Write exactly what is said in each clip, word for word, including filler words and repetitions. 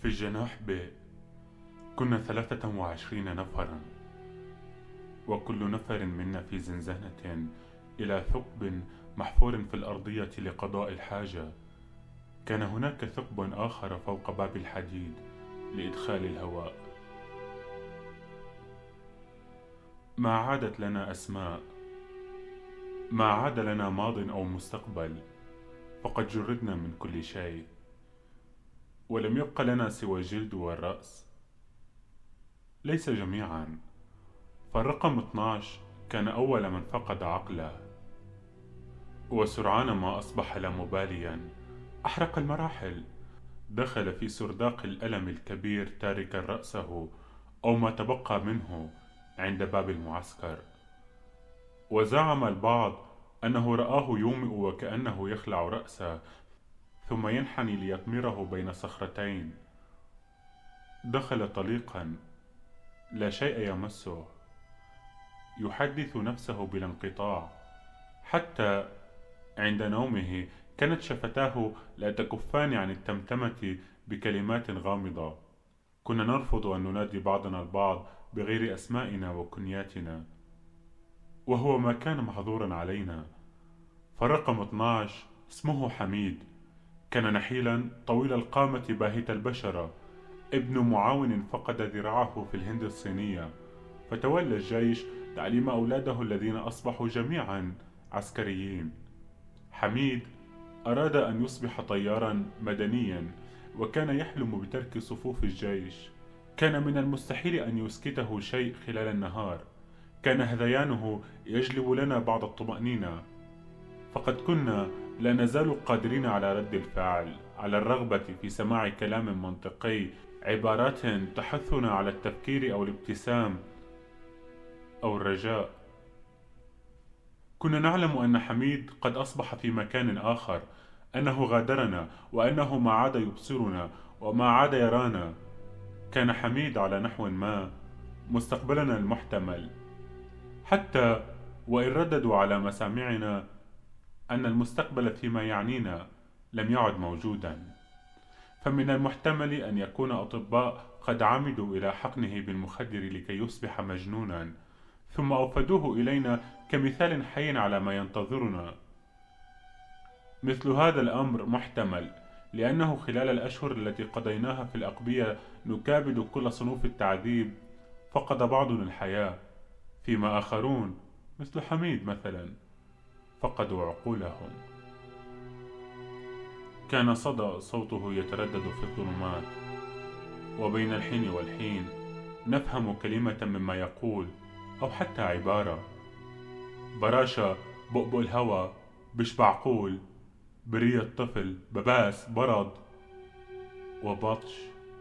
في الجناح ب كنا ثلاثة وعشرين نفرا، وكل نفر منا في زنزانة إلى ثقب محفور في الأرضية لقضاء الحاجة. كان هناك ثقب آخر فوق باب الحديد لإدخال الهواء. ما عادت لنا أسماء، ما عاد لنا ماض أو مستقبل، فقد جردنا من كل شيء، ولم يبق لنا سوى الجلد والرأس. ليس جميعا، فالرقم اثناعش كان أول من فقد عقله، وسرعان ما أصبح لا مباليا أحرق المراحل. دخل في سرداق الألم الكبير تاركا رأسه أو ما تبقى منه عند باب المعسكر. وزعم البعض أنه رآه يومئ وكأنه يخلع رأسه ثم ينحني ليطمره بين صخرتين. دخل طليقا لا شيء يمسه، يحدث نفسه بلا انقطاع. حتى عند نومه كانت شفتاه لا تكفان عن التمتمة بكلمات غامضة. كنا نرفض أن ننادي بعضنا البعض بغير أسمائنا وكنياتنا، وهو ما كان محظورا علينا. فرقم اثناعش اسمه حميد، كان نحيلا طويل القامة باهت البشرة، ابن معاون فقد ذراعه في الهند الصينية، فتولى الجيش تعليم أولاده الذين أصبحوا جميعا عسكريين. حميد أراد أن يصبح طيارا مدنيا، وكان يحلم بترك صفوف الجيش. كان من المستحيل أن يسكته شيء خلال النهار. كان هذيانه يجلب لنا بعض الطمأنينة، فقد كنا لا نزال قادرين على رد الفعل، على الرغبة في سماع كلام منطقي، عبارات تحثنا على التفكير أو الابتسام أو الرجاء. كنا نعلم أن حميد قد أصبح في مكان آخر، أنه غادرنا، وأنه ما عاد يبصرنا وما عاد يرانا. كان حميد على نحو ما مستقبلنا المحتمل، حتى وإن رددوا على مسامعنا أن المستقبل فيما يعنينا لم يعد موجودا. فمن المحتمل أن يكون أطباء قد عمدوا إلى حقنه بالمخدر لكي يصبح مجنونا، ثم أوفدوه إلينا كمثال حي على ما ينتظرنا. مثل هذا الأمر محتمل، لأنه خلال الأشهر التي قضيناها في الأقبية نكابد كل صنوف التعذيب فقد بعضنا الحياة، فيما آخرون مثل حميد مثلا فقدوا عقولهم. كان صدى صوته يتردد في الظلمات، وبين الحين والحين نفهم كلمة مما يقول أو حتى عبارة. براشة، بؤبؤ الهوى، بشبعقول، برية طفل، بباس، برد، وبطش.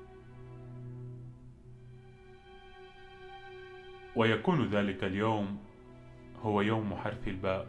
ويكون ذلك اليوم هو يوم حرف الباء.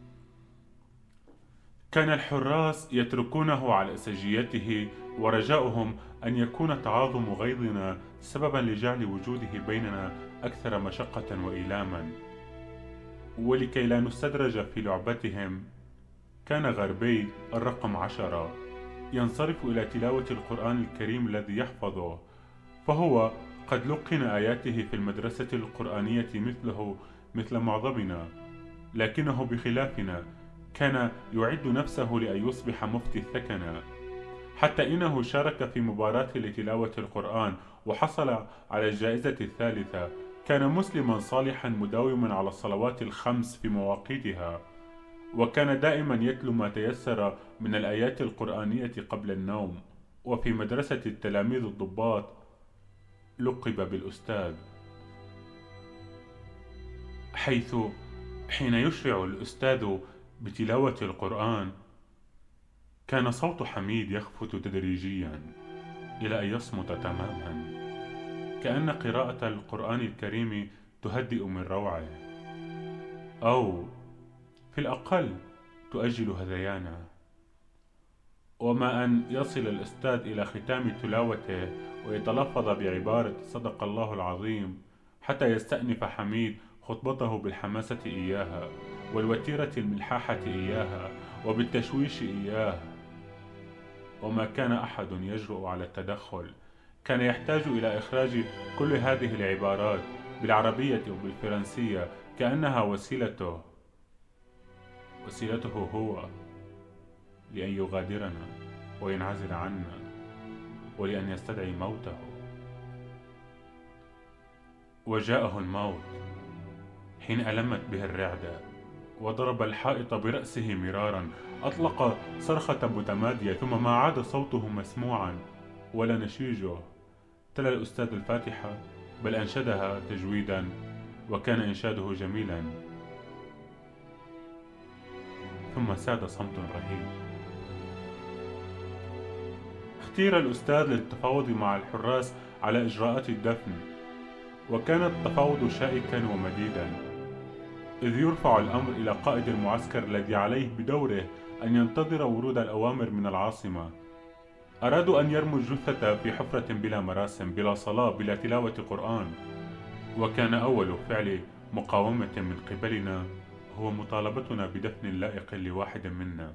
كان الحراس يتركونه على أسجيته، ورجاؤهم أن يكون تعاظم غيظنا سببا لجعل وجوده بيننا أكثر مشقة وإيلاما. ولكي لا نستدرج في لعبتهم، كان غربي الرقم عشرة ينصرف إلى تلاوة القرآن الكريم الذي يحفظه، فهو قد لقن آياته في المدرسة القرآنية مثله مثل معظمنا، لكنه بخلافنا كان يعد نفسه لأن يصبح مفتي الثكنة. حتى إنه شارك في مباراة لتلاوة القرآن وحصل على الجائزة الثالثة. كان مسلما صالحا مداوما على الصلوات الخمس في مواقيتها، وكان دائما يتلو ما تيسر من الآيات القرآنية قبل النوم. وفي مدرسة التلاميذ الضباط لقب بالأستاذ، حيث حين يشرع الأستاذ بتلاوة القرآن كان صوت حميد يخفت تدريجيا إلى أن يصمت تماما، كأن قراءة القرآن الكريم تهدئ من روعه، أو في الأقل تؤجل هذيانه. وما أن يصل الأستاذ إلى ختام تلاوته ويتلفظ بعبارة صدق الله العظيم، حتى يستأنف حميد خطبته بالحماسة إياها، والوتيرة الملحاحة إياها، وبالتشويش إياه. وما كان أحد يجرؤ على التدخل، كان يحتاج إلى إخراج كل هذه العبارات بالعربية وبالفرنسية كأنها وسيلته وسيلته هو لأن يغادرنا وينعزل عنا ولأن يستدعي موته. وجاءه الموت حين ألمت به الرعدة وضرب الحائط برأسه مرارا، أطلق صرخة متمادية ثم ما عاد صوته مسموعا ولا نشيجه. تلا الأستاذ الفاتحة بل أنشدها تجويدا، وكان إنشاده جميلا. ثم ساد صمت رهيب. اختير الأستاذ للتفاوض مع الحراس على إجراءات الدفن، وكان التفاوض شائكا ومديدا، إذ يرفع الأمر إلى قائد المعسكر الذي عليه بدوره أن ينتظر ورود الأوامر من العاصمة. أرادوا أن يرموا الجثة في حفرة بلا مراسم، بلا صلاة، بلا تلاوة قرآن. وكان أول فعل مقاومة من قبلنا هو مطالبتنا بدفن لائق لواحد منا.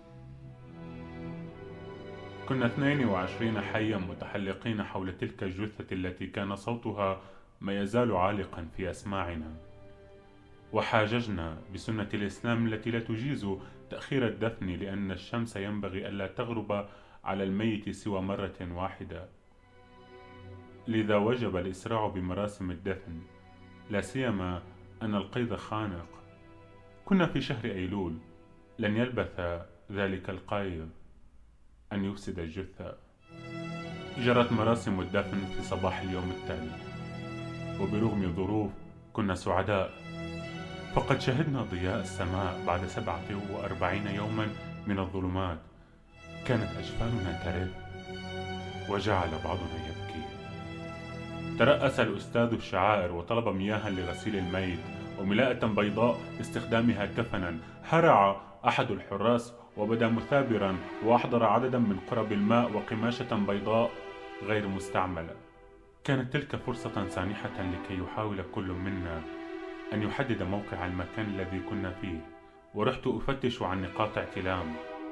كنا اثنين وعشرين حيا متحلقين حول تلك الجثة التي كان صوتها ما يزال عالقا في أسماعنا، وحاججنا بسنة الإسلام التي لا تجيز تأخير الدفن، لأن الشمس ينبغي ألا تغرب على الميت سوى مرة واحدة، لذا وجب الإسراع بمراسم الدفن، لا سيما أن القيد خانق. كنا في شهر أيلول، لن يلبث ذلك القيد أن يفسد الجثة. جرت مراسم الدفن في صباح اليوم التالي، وبرغم الظروف كنا سعداء، فقد شهدنا ضياء السماء بعد سبعة وأربعين يوما من الظلمات. كانت أجفاننا ترف وجعل بعضنا يبكي. ترأس الأستاذ الشعائر وطلب مياها لغسيل الميت وملاءة بيضاء لاستخدامها كفنا. هرع أحد الحراس وبدا مثابرا وأحضر عددا من قرب الماء وقماشة بيضاء غير مستعملة. كانت تلك فرصة سانحة لكي يحاول كل منا أن يحدد موقع المكان الذي كنا فيه، ورحت أفتش عن نقاط اعتلام.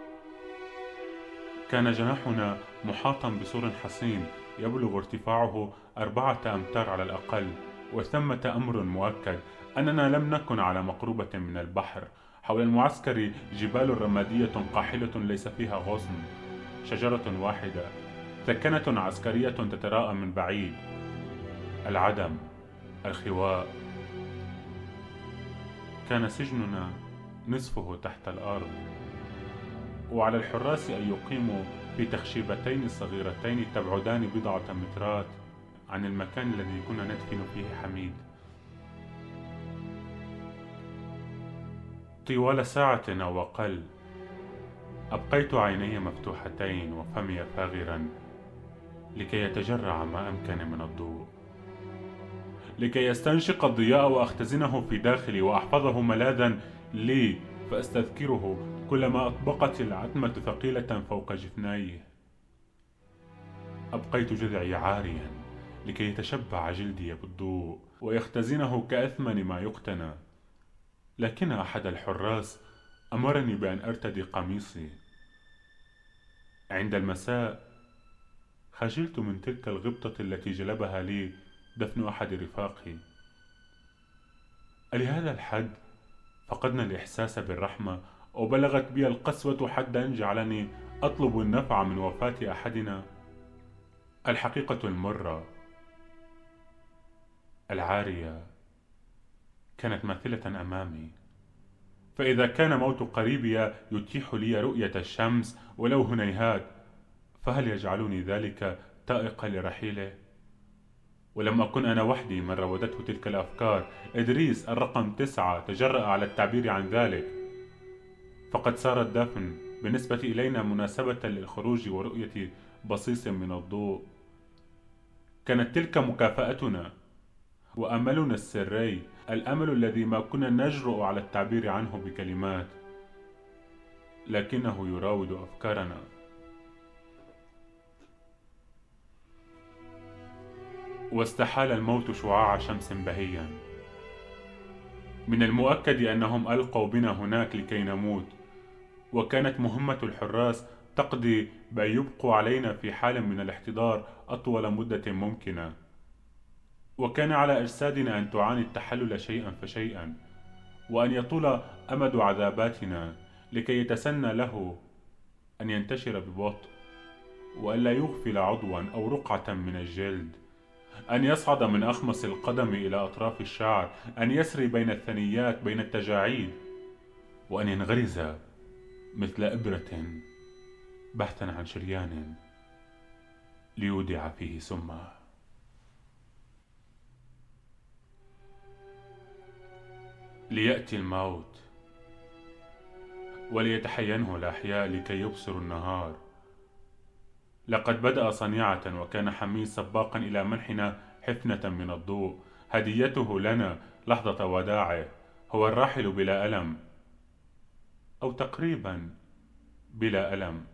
كان جناحنا محاطا بسور حصين يبلغ ارتفاعه أربعة أمتار على الأقل، وثمة أمر مؤكد أننا لم نكن على مقربة من البحر. حول المعسكر جبال رمادية قاحلة ليس فيها غصن، شجرة واحدة، ثكنة عسكرية تتراءى من بعيد، العدم، الخواء. كان سجننا نصفه تحت الأرض، وعلى الحراس أن يقيموا في تخشيبتين صغيرتين تبعدان بضعة مترات عن المكان الذي كنا ندفن فيه حميد. طوال ساعة أو أقل أبقيت عيني مفتوحتين وفمي فاغرا لكي يتجرع ما أمكن من الضوء، لكي يستنشق الضياء وأختزنه في داخلي وأحفظه ملاذا لي، فأستذكره كلما أطبقت العتمة ثقيلة فوق جفنايه. أبقيت جذعي عاريا لكي يتشبع جلدي بالضوء ويختزنه كأثمن ما يقتنى. لكن أحد الحراس أمرني بأن أرتدي قميصي. عند المساء خجلت من تلك الغبطة التي جلبها لي دفن أحد رفاقي. لهذا الحد فقدنا الإحساس بالرحمة، وبلغت بي القسوة حدا جعلني أطلب النفع من وفاة أحدنا. الحقيقة المرة العارية كانت ماثلة أمامي، فإذا كان موت قريبي يتيح لي رؤية الشمس ولو هنيهات، فهل يجعلني ذلك تائقا لرحيله؟ ولم أكن أنا وحدي من راودته تلك الأفكار. إدريس الرقم تسعة تجرأ على التعبير عن ذلك، فقد صار الدفن بالنسبة إلينا مناسبة للخروج ورؤية بصيص من الضوء. كانت تلك مكافأتنا وأملنا السري، الأمل الذي ما كنا نجرؤ على التعبير عنه بكلمات، لكنه يراود أفكارنا. واستحال الموت شعاع شمس بهيا. من المؤكد أنهم ألقوا بنا هناك لكي نموت، وكانت مهمة الحراس تقضي بأن يبقوا علينا في حال من الاحتضار أطول مدة ممكنة. وكان على أجسادنا أن تعاني التحلل شيئا فشيئا، وأن يطول أمد عذاباتنا لكي يتسنى له أن ينتشر ببطء، وألا يغفل عضوا أو رقعة من الجلد، أن يصعد من أخمص القدم إلى أطراف الشعر، أن يسري بين الثنيات بين التجاعيد، وأن ينغرز مثل إبرة بحثا عن شريان ليودع فيه سمه. ليأتي الموت وليتحينه الأحياء لكي يبصروا النهار. لقد بدأ صنيعة، وكان حميد سباقا إلى منحنا حفنة من الضوء. هديته لنا لحظة وداعه، هو الراحل بلا ألم، أو تقريبا بلا ألم.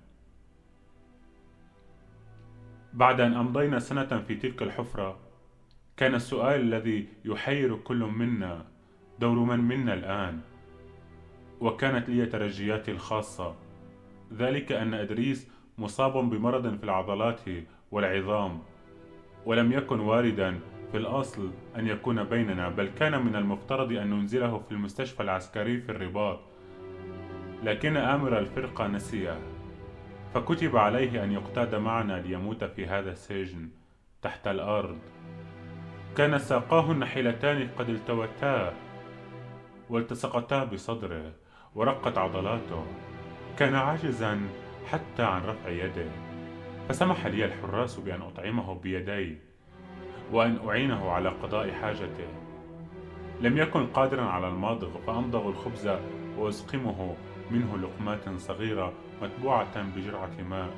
بعد أن أمضينا سنة في تلك الحفرة، كان السؤال الذي يحير كل منا دور من منا الآن. وكانت لي ترجياتي الخاصة، ذلك أن إدريس مصاب بمرض في العضلات والعظام، ولم يكن واردا في الأصل أن يكون بيننا، بل كان من المفترض أن ننزله في المستشفى العسكري في الرباط، لكن آمر الفرقة نسيه، فكتب عليه أن يقتاد معنا ليموت في هذا السجن تحت الأرض. كان ساقاه النحيلتان قد التوتا والتصقتا بصدره، ورقت عضلاته، كان عاجزا حتى عن رفع يده، فسمح لي الحراس بأن أطعمه بيدي وأن أعينه على قضاء حاجته. لم يكن قادرا على المضغ، فأمضغ الخبز وأسقمه منه لقمات صغيرة متبوعة بجرعة ماء.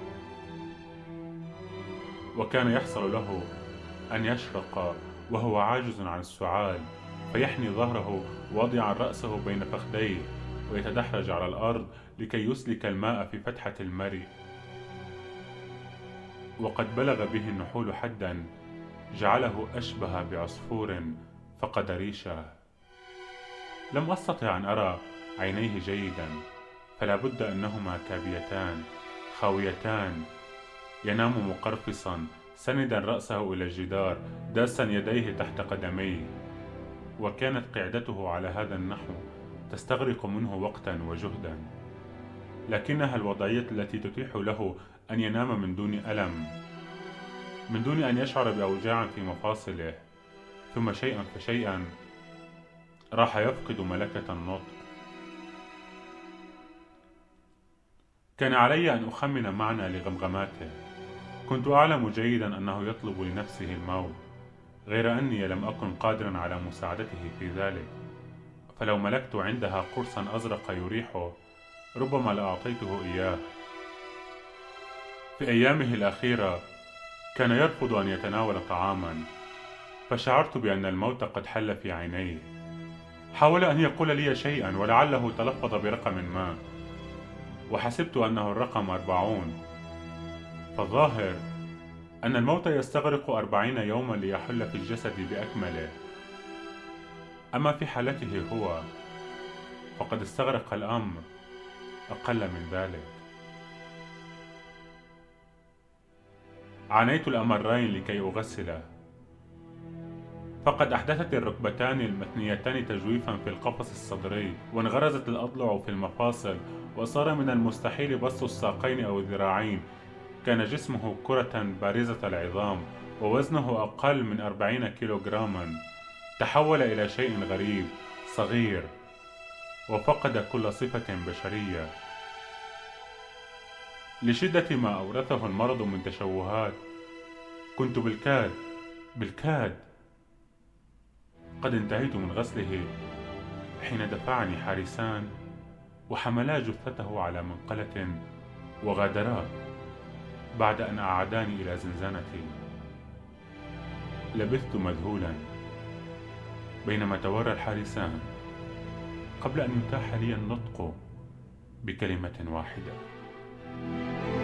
وكان يحصل له أن يشرق وهو عاجز عن السعال، فيحني ظهره واضعا رأسه بين فخذيه، ويتدحرج على الأرض لكي يسلك الماء في فتحة المرء. وقد بلغ به النحول حدا جعله أشبه بعصفور فقد ريشه. لم أستطع أن أرى عينيه جيدا، فلا بد أنهما كابيتان خاويتان. ينام مقرفصا سندا رأسه إلى الجدار، داسا يديه تحت قدميه. وكانت قعدته على هذا النحو تستغرق منه وقتا وجهدا، لكنها الوضعية التي تتيح له أن ينام من دون ألم، من دون أن يشعر بأوجاع في مفاصله. ثم شيئا فشيئا راح يفقد ملكة النطق. كان علي أن أخمن معنى لغمغماته. كنت أعلم جيدا أنه يطلب لنفسه الموت، غير أني لم أكن قادرا على مساعدته في ذلك، فلو ملكت عندها قرصا أزرق يريحه ربما لأعطيته إياه. في أيامه الأخيرة كان يرفض أن يتناول طعاما، فشعرت بأن الموت قد حل في عينيه. حاول أن يقول لي شيئا، ولعله تلفظ برقم ما، وحسبت أنه الرقم أربعون، فالظاهر أن الموت يستغرق أربعين يوما ليحل في الجسد بأكمله. أما في حالته هو فقد استغرق الأمر أقل من ذلك. عانيت الأمرين لكي أغسله، فقد أحدثت الركبتان المثنيتان تجويفا في القفص الصدري، وانغرزت الأضلع في المفاصل، وصار من المستحيل بسط الساقين أو الذراعين. كان جسمه كرة بارزة العظام، ووزنه أقل من أربعين كيلوغراما. تحول إلى شيء غريب صغير، وفقد كل صفة بشرية. لشدة ما أورثه المرض من تشوهات، كنت بالكاد بالكاد قد انتهيت من غسله حين دفعني حارسان وحملا جثته على منقلة وغادرا بعد أن أعاداني إلى زنزانتي. لبثت مذهولا بينما توارى الحارسان قبل أن يتاح لي النطق بكلمة واحدة.